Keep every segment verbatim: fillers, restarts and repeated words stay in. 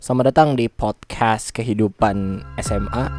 Selamat datang di podcast kehidupan S M A.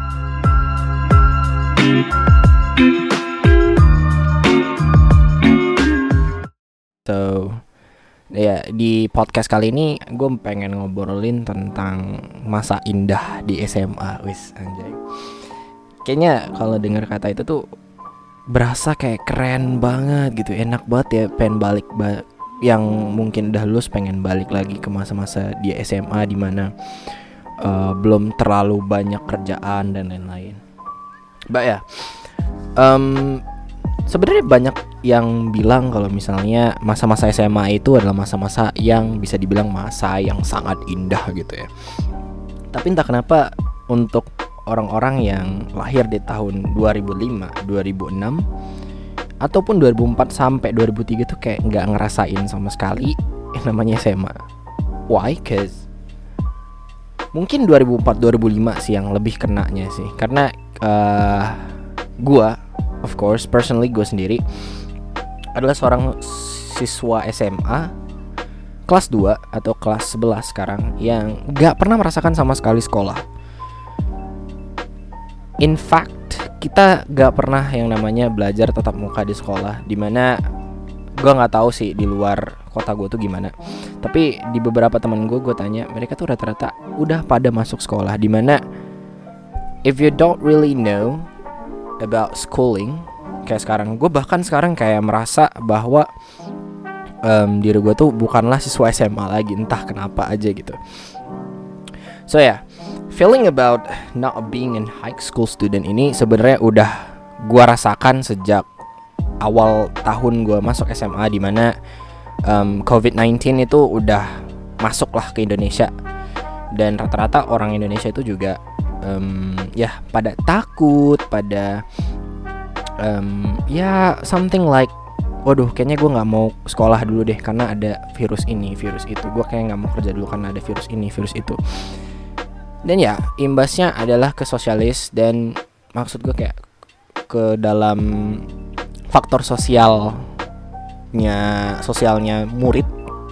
So, ya di podcast kali ini gue pengen ngobrolin tentang masa indah di S M A, wis anjay. Kayaknya kalau dengar kata itu tuh berasa kayak keren banget gitu, enak banget ya, pengen balik ba- yang mungkin udah lulus pengen balik lagi ke masa-masa di S M A di mana uh, belum terlalu banyak kerjaan dan lain-lain. Mbak ya, um, sebenarnya banyak yang bilang kalau misalnya masa-masa S M A itu adalah masa-masa yang bisa dibilang masa yang sangat indah gitu ya. Tapi entah kenapa untuk orang-orang yang lahir di tahun dua ribu lima, dua ribu enam ataupun dua ribu empat sampai dua ribu tiga tuh kayak nggak ngerasain sama sekali yang namanya S M A. Why? Cause mungkin dua ribu empat dua ribu lima sih yang lebih kenanya sih. Karena uh, gua, of course, personally gue sendiri adalah seorang siswa S M A kelas dua atau kelas sebelas sekarang yang nggak pernah merasakan sama sekali sekolah. In fact, kita gak pernah yang namanya belajar tatap muka di sekolah. Dimana gue gak tahu sih di luar kota gue tuh gimana. Tapi di beberapa teman gue, gue tanya, mereka tuh rata-rata udah pada masuk sekolah. Dimana if you don't really know about schooling, kayak sekarang, gue bahkan sekarang kayak merasa bahwa um, diri gue tuh bukanlah siswa S M A lagi. Entah kenapa aja gitu. So ya yeah, feeling about not being an high school student ini sebenarnya udah gua rasakan sejak awal tahun gua masuk S M A, di mana um, covid sembilan belas itu udah masuk lah ke Indonesia. Dan rata-rata orang Indonesia itu juga um, ya pada takut, pada um, ya something like, waduh kayaknya gue gak mau sekolah dulu deh karena ada virus ini, virus itu. Gue kayak gak mau kerja dulu karena ada virus ini, virus itu. Dan ya imbasnya adalah ke sosialis, dan maksud gue kayak ke dalam faktor sosialnya sosialnya murid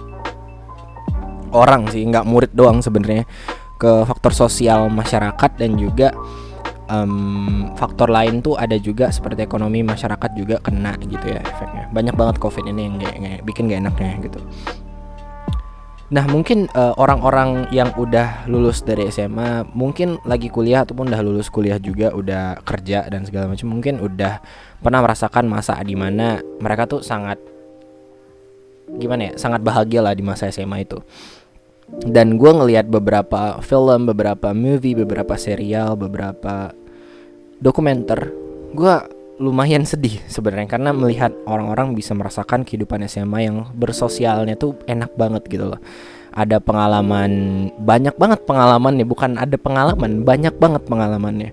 orang sih, nggak murid doang sebenarnya, ke faktor sosial masyarakat. Dan juga um, faktor lain tuh ada juga seperti ekonomi masyarakat juga kena gitu ya efeknya. Banyak banget covid ini yang gak, gak, bikin gak enaknya gitu. Nah mungkin uh, orang-orang yang udah lulus dari S M A, mungkin lagi kuliah ataupun udah lulus kuliah juga, udah kerja dan segala macam, mungkin udah pernah merasakan masa di mana mereka tuh sangat gimana ya, sangat bahagia lah di masa S M A itu. Dan gue ngelihat beberapa film, beberapa movie, beberapa serial, beberapa dokumenter, gue lumayan sedih sebenarnya karena melihat orang-orang bisa merasakan kehidupan S M A yang bersosialnya tuh enak banget gitu loh. Ada pengalaman, banyak banget pengalamannya, bukan ada pengalaman, banyak banget pengalamannya.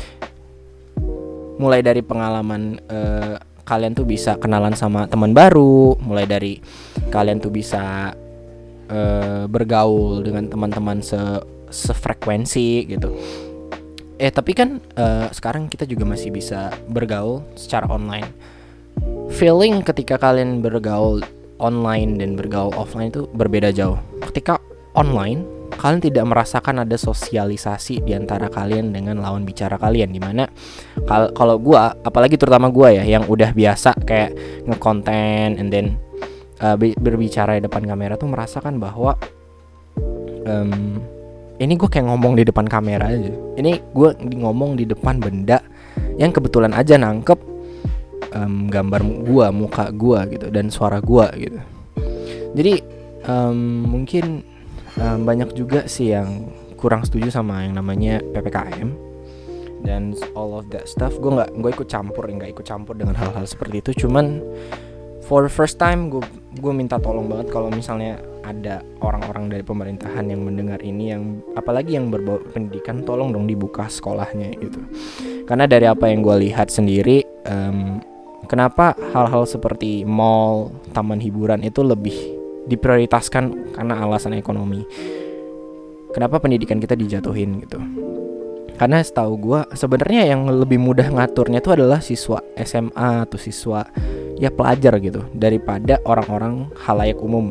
Mulai dari pengalaman uh, kalian tuh bisa kenalan sama teman baru, mulai dari kalian tuh bisa uh, bergaul dengan teman-teman se sefrekuensi gitu. Eh tapi kan uh, sekarang kita juga masih bisa bergaul secara online. Feeling ketika kalian bergaul online dan bergaul offline itu berbeda jauh. Ketika online, kalian tidak merasakan ada sosialisasi di antara kalian dengan lawan bicara kalian. Dimana kal- kalau gue, apalagi terutama gue ya, yang udah biasa kayak ngekonten and then uh, berbicara di depan kamera tuh merasakan bahwa um, ini gue kayak ngomong di depan kamera aja. Ini gue ngomong di depan benda yang kebetulan aja nangkep um, gambar gue, muka gue gitu, dan suara gue gitu. Jadi um, mungkin um, banyak juga sih yang kurang setuju sama yang namanya P P K M dan all of that stuff. Gue nggak, gue ikut campur, nggak ikut campur dengan hal-hal seperti itu. Cuman for the first time gue gue minta tolong banget kalau misalnya ada orang-orang dari pemerintahan yang mendengar ini, yang apalagi yang berbau pendidikan, tolong dong dibuka sekolahnya gitu. Karena dari apa yang gue lihat sendiri, um, kenapa hal-hal seperti mall, taman hiburan itu lebih diprioritaskan karena alasan ekonomi. Kenapa pendidikan kita dijatuhin gitu? Karena setahu gue sebenarnya yang lebih mudah ngaturnya itu adalah siswa S M A atau siswa ya pelajar gitu, daripada orang-orang khalayak umum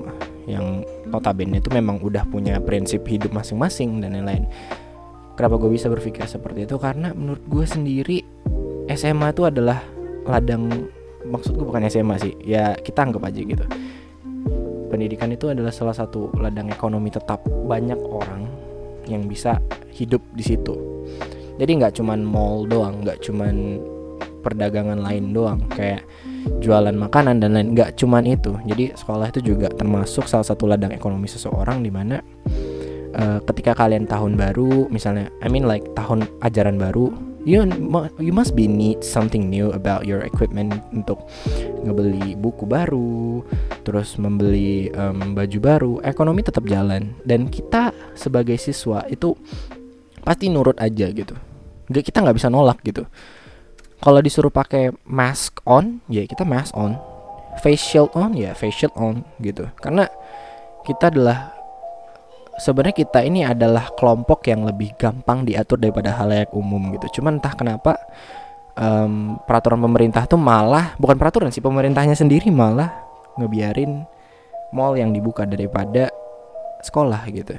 yang notabene itu memang udah punya prinsip hidup masing-masing dan lain-lain. Kenapa gue bisa berpikir seperti itu? Karena menurut gue sendiri S M A itu adalah ladang, maksud gue bukan S M A sih, ya kita anggap aja gitu. Pendidikan itu adalah salah satu ladang ekonomi tetap, banyak orang yang bisa hidup di situ. Jadi nggak cuman mall doang, nggak cuman perdagangan lain doang kayak jualan makanan dan lain, nggak cuman itu. Jadi sekolah itu juga termasuk salah satu ladang ekonomi seseorang, di mana uh, ketika kalian tahun baru misalnya, I mean like tahun ajaran baru, you you must be need something new about your equipment untuk ngebeli buku baru, terus membeli um, baju baru. Ekonomi tetap jalan dan kita sebagai siswa itu pasti nurut aja gitu. Nggak, kita nggak bisa nolak gitu. Kalau disuruh pakai mask on, ya kita mask on. Face shield on, ya face shield on gitu. Karena kita adalah, sebenarnya kita ini adalah kelompok yang lebih gampang diatur daripada halayak umum gitu. Cuman entah kenapa um, peraturan pemerintah tuh malah, bukan peraturan sih, pemerintahnya sendiri malah ngebiarin mall yang dibuka daripada sekolah gitu.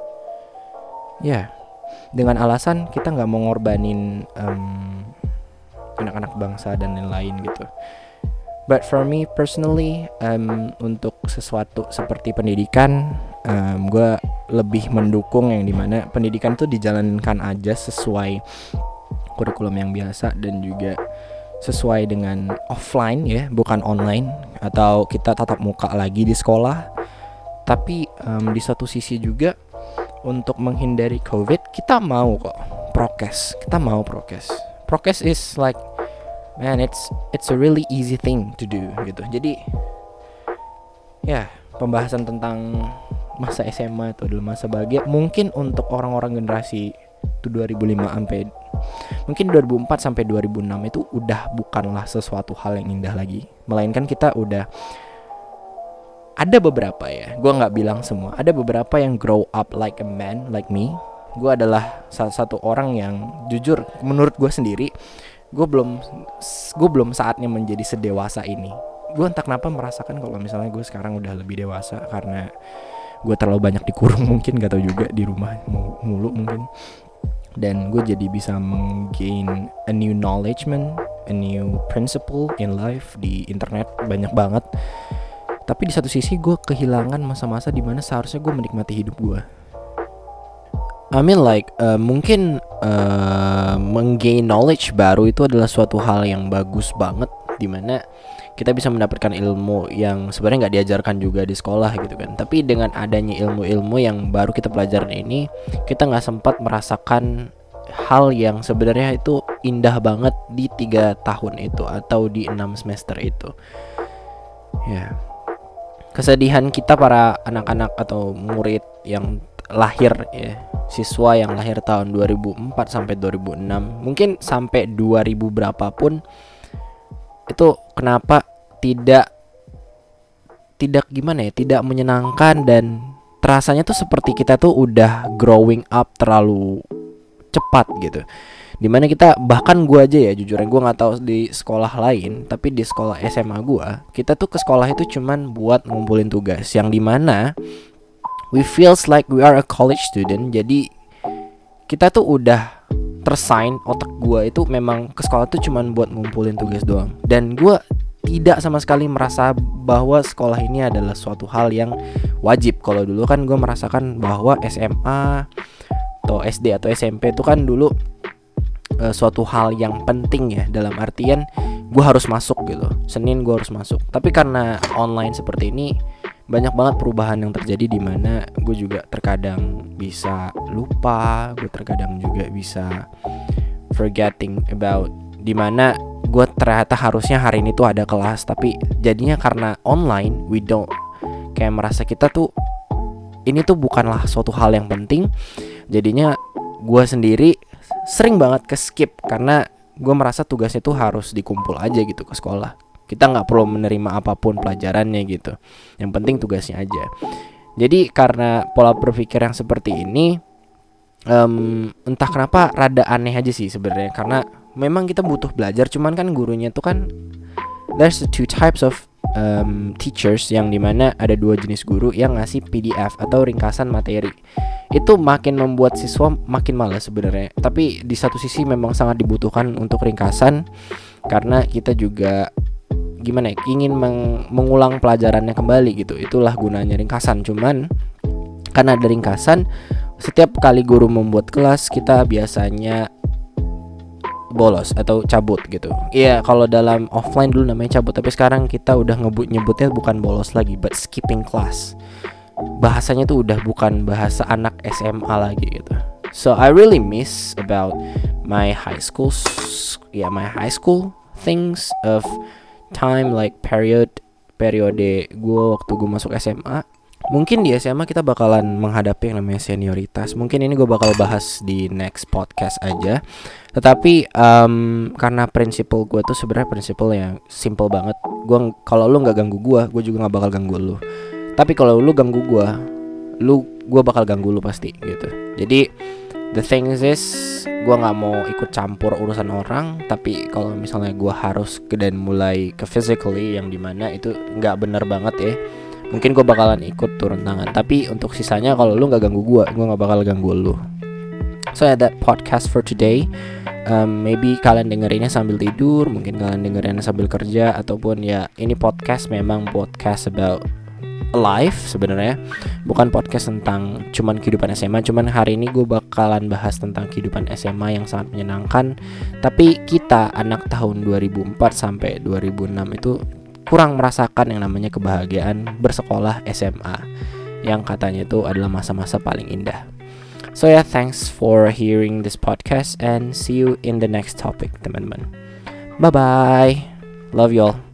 Ya, dengan alasan kita nggak mau ngorbanin um, anak-anak bangsa dan lain-lain gitu. But for me personally, um, untuk sesuatu seperti pendidikan, um, gue lebih mendukung yang dimana pendidikan itu dijalankan aja sesuai kurikulum yang biasa dan juga sesuai dengan offline ya, bukan online atau kita tatap muka lagi di sekolah. Tapi um, di satu sisi juga untuk menghindari COVID, kita mau kok prokes, kita mau prokes. Prokes is like, man, it's it's a really easy thing to do gitu. Jadi ya, pembahasan tentang masa S M A itu adalah masa bahagia. Mungkin untuk orang-orang generasi itu dua ribu lima sampai mungkin dua ribu empat sampai dua ribu enam itu udah bukanlah sesuatu hal yang indah lagi. Melainkan kita udah, ada beberapa ya, gue nggak bilang semua, ada beberapa yang grow up like a man like me. Gue adalah salah satu orang yang jujur, menurut gue sendiri, gue belum gue belum saatnya menjadi sedewasa ini. Gue entah kenapa merasakan kalau misalnya gue sekarang udah lebih dewasa karena gue terlalu banyak dikurung mungkin, gak tau juga, di rumah mulu mungkin. Dan gue jadi bisa menggain a new knowledge, a new principle in life. Di internet banyak banget. Tapi di satu sisi gue kehilangan masa-masa dimana seharusnya gue menikmati hidup gue. I mean like uh, mungkin uh, menggain knowledge baru itu adalah suatu hal yang bagus banget, dimana kita bisa mendapatkan ilmu yang sebenarnya nggak diajarkan juga di sekolah gitu kan. Tapi dengan adanya ilmu-ilmu yang baru kita pelajarin ini, kita nggak sempat merasakan hal yang sebenarnya itu indah banget di tiga tahun itu atau di enam semester itu. Ya, yeah. Kesedihan kita para anak-anak atau murid yang lahir ya, siswa yang lahir tahun dua ribu empat sampai dua ribu enam, mungkin sampai dua ribu berapapun, itu kenapa tidak tidak gimana ya, tidak menyenangkan dan terasanya tuh seperti kita tuh udah growing up terlalu cepat gitu. Dimana kita, bahkan gue aja ya jujur, gue nggak tahu di sekolah lain, tapi di sekolah S M A gue, kita tuh ke sekolah itu cuman buat ngumpulin tugas, yang dimana we feels like we are a college student. Jadi kita tuh udah tersign, otak gue itu memang ke sekolah tuh cuman buat ngumpulin tugas doang. Dan gue tidak sama sekali merasa bahwa sekolah ini adalah suatu hal yang wajib. Kalau dulu kan gue merasakan bahwa S M A atau S D atau S M P itu kan dulu uh, suatu hal yang penting ya, dalam artian gue harus masuk gitu, Senin gue harus masuk. Tapi karena online seperti ini, banyak banget perubahan yang terjadi, di mana gue juga terkadang bisa lupa, gue terkadang juga bisa forgetting about di mana gue ternyata harusnya hari ini tuh ada kelas, tapi jadinya karena online we don't, kayak merasa kita tuh ini tuh bukanlah suatu hal yang penting. Jadinya gue sendiri sering banget ke skip karena gue merasa tugasnya tuh harus dikumpul aja gitu ke sekolah. Kita nggak perlu menerima apapun pelajarannya gitu, yang penting tugasnya aja. Jadi karena pola berpikir yang seperti ini, um, entah kenapa rada aneh aja sih sebenarnya. Karena memang kita butuh belajar, cuman kan gurunya tuh kan there's two types of um, teachers yang dimana ada dua jenis guru yang ngasih P D F atau ringkasan materi. Itu makin membuat siswa makin malas sebenarnya. Tapi di satu sisi memang sangat dibutuhkan untuk ringkasan karena kita juga gimana ya, ingin meng- mengulang pelajarannya kembali gitu. Itulah gunanya ringkasan. Cuman karena ada ringkasan, setiap kali guru membuat kelas kita biasanya bolos atau cabut gitu. Iya, kalau dalam offline dulu namanya cabut, tapi sekarang kita udah ngebut nyebutnya bukan bolos lagi, but skipping class. Bahasanya tuh udah bukan bahasa anak S M A lagi gitu. So I really miss about my high school, yeah, my high school things of time like period periode gue waktu gue masuk S M A. Mungkin di S M A kita bakalan menghadapi yang namanya senioritas. Mungkin ini gue bakal bahas di next podcast aja. Tetapi um, karena prinsipal gue tuh sebenarnya prinsipal yang simple banget. Gue kalau lu nggak ganggu gue, gue juga nggak bakal ganggu lu. Tapi kalau lu ganggu gue, lu gue bakal ganggu lu pasti gitu. Jadi the thing is, gue nggak mau ikut campur urusan orang. Tapi kalau misalnya gue harus ke dan mulai ke physically yang dimana itu nggak bener banget ya. Mungkin gue bakalan ikut turun tangan. Tapi untuk sisanya kalau lu gak ganggu gue, gue gak bakal ganggu lu. So yeah, that podcast for today. um, Maybe kalian dengerinnya sambil tidur, mungkin kalian dengerinnya sambil kerja, ataupun ya ini podcast memang podcast about life sebenarnya. Bukan podcast tentang cuman kehidupan S M A. Cuman hari ini gue bakalan bahas tentang kehidupan S M A yang sangat menyenangkan. Tapi kita anak tahun dua ribu empat sampai dua ribu enam itu kurang merasakan yang namanya kebahagiaan bersekolah S M A, yang katanya itu adalah masa-masa paling indah. So yeah, thanks for hearing this podcast and see you in the next topic, teman-teman. Bye bye. Love you all.